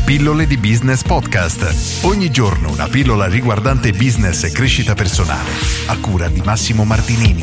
Pillole di Business Podcast. Ogni giorno una pillola riguardante business e crescita personale. A cura di Massimo Martinini.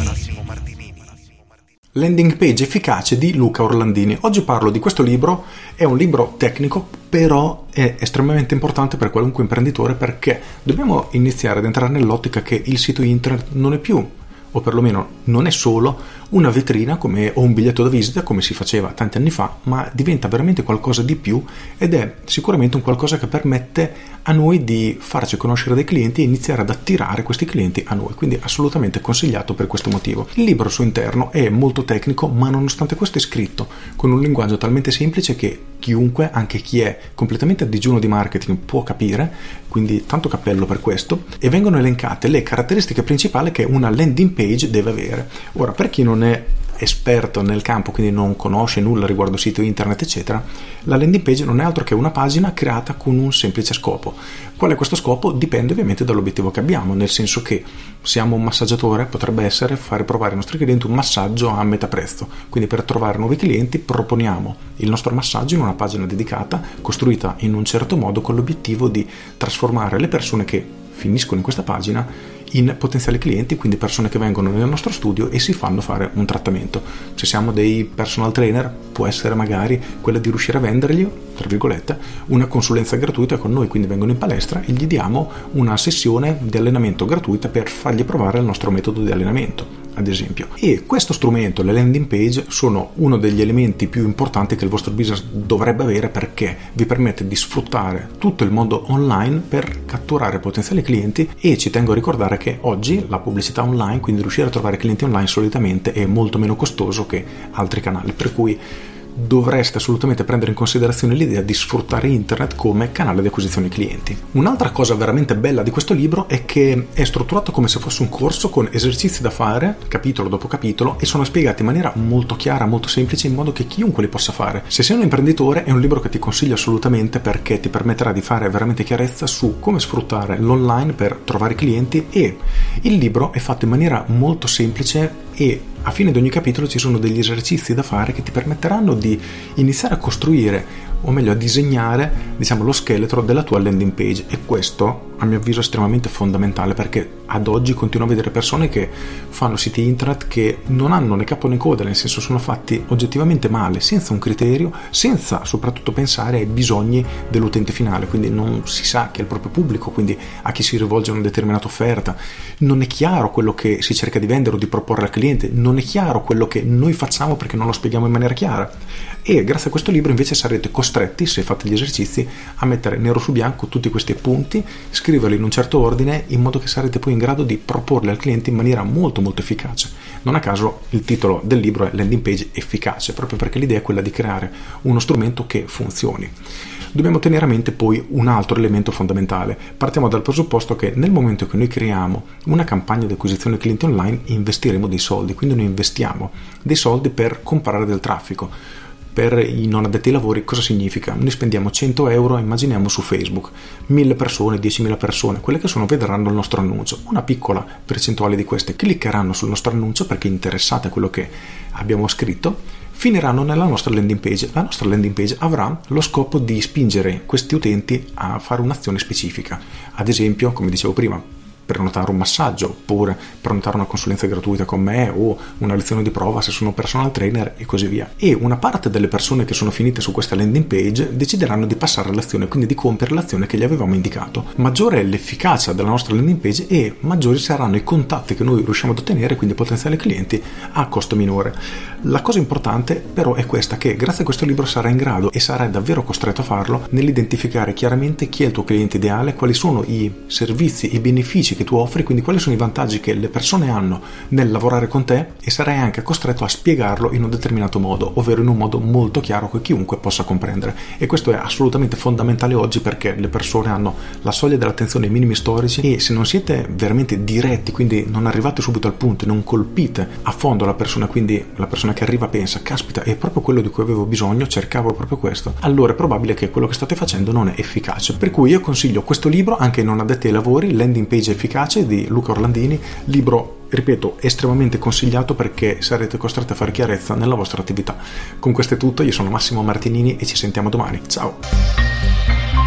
Landing page efficace di Luca Orlandini. Oggi parlo di questo libro. È un libro tecnico, però è estremamente importante per qualunque imprenditore, perché dobbiamo iniziare ad entrare nell'ottica che il sito internet non è più, o perlomeno non è solo, una vetrina o un biglietto da visita come si faceva tanti anni fa, ma diventa veramente qualcosa di più ed è sicuramente un qualcosa che permette a noi di farci conoscere dai clienti e iniziare ad attirare questi clienti a noi, quindi assolutamente consigliato per questo motivo. Il libro al suo interno è molto tecnico, ma nonostante questo è scritto con un linguaggio talmente semplice che chiunque, anche chi è completamente a digiuno di marketing, può capire, quindi tanto cappello per questo, e vengono elencate le caratteristiche principali che una landing page deve avere. Ora, per chi non è esperto nel campo, quindi non conosce nulla riguardo sito internet eccetera, la landing page non è altro che una pagina creata con un semplice scopo. Qual è questo scopo? Dipende ovviamente dall'obiettivo che abbiamo, nel senso che siamo un massaggiatore, potrebbe essere fare provare ai nostri clienti un massaggio a metà prezzo, quindi per trovare nuovi clienti proponiamo il nostro massaggio in una pagina dedicata, costruita in un certo modo, con l'obiettivo di trasformare le persone che finiscono in questa pagina in potenziali clienti, quindi persone che vengono nel nostro studio e si fanno fare un trattamento. Se siamo dei personal trainer, può essere magari quella di riuscire a vendergli, tra virgolette, una consulenza gratuita con noi, quindi vengono in palestra e gli diamo una sessione di allenamento gratuita per fargli provare il nostro metodo di allenamento, ad esempio. E questo strumento, le landing page, sono uno degli elementi più importanti che il vostro business dovrebbe avere, perché vi permette di sfruttare tutto il mondo online per catturare potenziali clienti. E ci tengo a ricordare che oggi la pubblicità online, quindi riuscire a trovare clienti online, solitamente è molto meno costoso che altri canali, per cui dovreste assolutamente prendere in considerazione l'idea di sfruttare internet come canale di acquisizione clienti. Un'altra cosa veramente bella di questo libro è che è strutturato come se fosse un corso con esercizi da fare capitolo dopo capitolo, e sono spiegati in maniera molto chiara, molto semplice, in modo che chiunque li possa fare. Se sei un imprenditore è un libro che ti consiglio assolutamente, perché ti permetterà di fare veramente chiarezza su come sfruttare l'online per trovare clienti, e il libro è fatto in maniera molto semplice e a fine di ogni capitolo ci sono degli esercizi da fare che ti permetteranno di iniziare a costruire, o meglio a disegnare, lo scheletro della tua landing page. E questo, a mio avviso, è estremamente fondamentale, perché ad oggi continuo a vedere persone che fanno siti internet che non hanno né capo né coda, nel senso sono fatti oggettivamente male, senza un criterio, senza soprattutto pensare ai bisogni dell'utente finale, quindi non si sa chi è il proprio pubblico, quindi a chi si rivolge una determinata offerta, non è chiaro quello che si cerca di vendere o di proporre al cliente, non è chiaro quello che noi facciamo perché non lo spieghiamo in maniera chiara. E grazie a questo libro invece sarete costretti, se fate gli esercizi, a mettere nero su bianco tutti questi punti, scriverli in un certo ordine, in modo che sarete poi in grado di proporli al cliente in maniera molto molto efficace. Non a caso il titolo del libro è Landing Page Efficace, proprio perché l'idea è quella di creare uno strumento che funzioni. Dobbiamo tenere a mente poi un altro elemento fondamentale. Partiamo dal presupposto che nel momento che noi creiamo una campagna di acquisizione clienti online, investiremo dei soldi, quindi noi investiamo dei soldi per comprare del traffico. Per i non addetti ai lavori cosa significa? Noi spendiamo 100 euro, immaginiamo su Facebook, 1000 persone, 10.000 persone, quelle che sono vedranno il nostro annuncio. Una piccola percentuale di queste cliccheranno sul nostro annuncio perché interessate a quello che abbiamo scritto, finiranno nella nostra landing page. La nostra landing page avrà lo scopo di spingere questi utenti a fare un'azione specifica. Ad esempio, come dicevo prima, prenotare un massaggio, oppure prenotare una consulenza gratuita con me, o una lezione di prova se sono personal trainer, e così via. E una parte delle persone che sono finite su questa landing page decideranno di passare all'azione, quindi di compiere l'azione che gli avevamo indicato. Maggiore è l'efficacia della nostra landing page e maggiori saranno i contatti che noi riusciamo ad ottenere, quindi potenziali clienti a costo minore. La cosa importante però è questa, che grazie a questo libro sarai in grado, e sarai davvero costretto a farlo, nell'identificare chiaramente chi è il tuo cliente ideale, quali sono i servizi, i benefici che tu offri, quindi quali sono i vantaggi che le persone hanno nel lavorare con te, e sarai anche costretto a spiegarlo in un determinato modo, ovvero in un modo molto chiaro che chiunque possa comprendere. E questo è assolutamente fondamentale oggi, perché le persone hanno la soglia dell'attenzione ai minimi storici, e se non siete veramente diretti, quindi non arrivate subito al punto e non colpite a fondo la persona, quindi la persona che arriva pensa caspita, è proprio quello di cui avevo bisogno, cercavo proprio questo, allora è probabile che quello che state facendo non è efficace. Per cui io consiglio questo libro anche ai non addetti ai lavori, Landing Page Efficace di Luca Orlandini, libro, ripeto, estremamente consigliato perché sarete costretti a fare chiarezza nella vostra attività. Con questo è tutto, io sono Massimo Martinini e ci sentiamo domani. Ciao!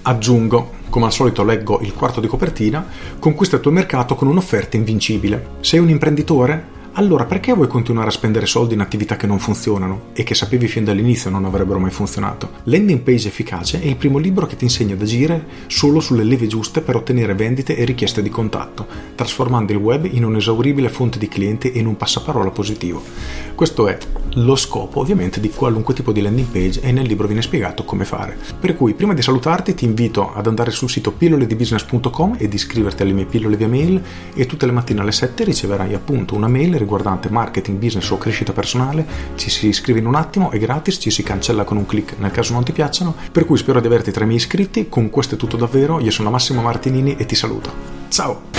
Aggiungo, come al solito leggo il quarto di copertina, conquista il tuo mercato con un'offerta invincibile. Sei un imprenditore? Allora perché vuoi continuare a spendere soldi in attività che non funzionano e che sapevi fin dall'inizio non avrebbero mai funzionato? Landing Page Efficace è il primo libro che ti insegna ad agire solo sulle leve giuste per ottenere vendite e richieste di contatto, trasformando il web in un'esauribile fonte di clienti e in un passaparola positivo. Questo è lo scopo ovviamente di qualunque tipo di landing page e nel libro viene spiegato come fare. Per cui prima di salutarti ti invito ad andare sul sito pilloledibusiness.com ed iscriverti alle mie pillole via mail, e tutte le mattine alle 7 riceverai appunto una mail riguardante marketing, business o crescita personale. Ci si iscrive in un attimo, è gratis, ci si cancella con un click nel caso non ti piacciono, per cui spero di averti tra i miei iscritti. Con questo è tutto davvero, io sono Massimo Martinini e ti saluto. Ciao!